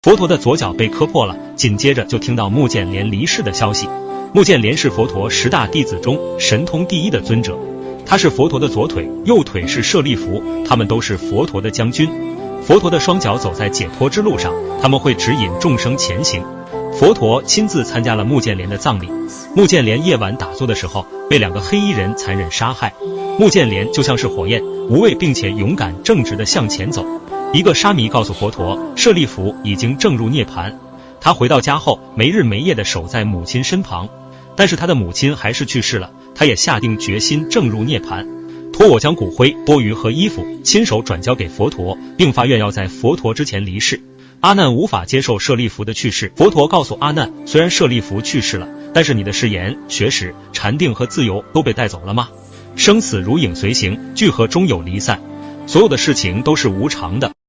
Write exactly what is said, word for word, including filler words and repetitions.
佛陀的左脚被磕破了，紧接着就听到目犍连离世的消息。目犍连是佛陀十大弟子中神通第一的尊者，他是佛陀的左腿，右腿是舍利弗，他们都是佛陀的将军。佛陀的双脚走在解脱之路上，他们会指引众生前行。佛陀亲自参加了目犍连的葬礼。目犍连夜晚打坐的时候，被两个黑衣人残忍杀害。目犍连就像是火焰，无畏并且勇敢正直地向前走。一个沙弥告诉佛陀，舍利弗已经证入涅槃。他回到家后，没日没夜地守在母亲身旁，但是他的母亲还是去世了。他也下定决心证入涅槃。托我将骨灰、钵盂和衣服亲手转交给佛陀，并发愿要在佛陀之前离世。阿难无法接受舍利弗的去世，佛陀告诉阿难，虽然舍利弗去世了，但是你的誓言、学识、禅定和自由都被带走了吗？生死如影随形，聚合终有离散，所有的事情都是无常的。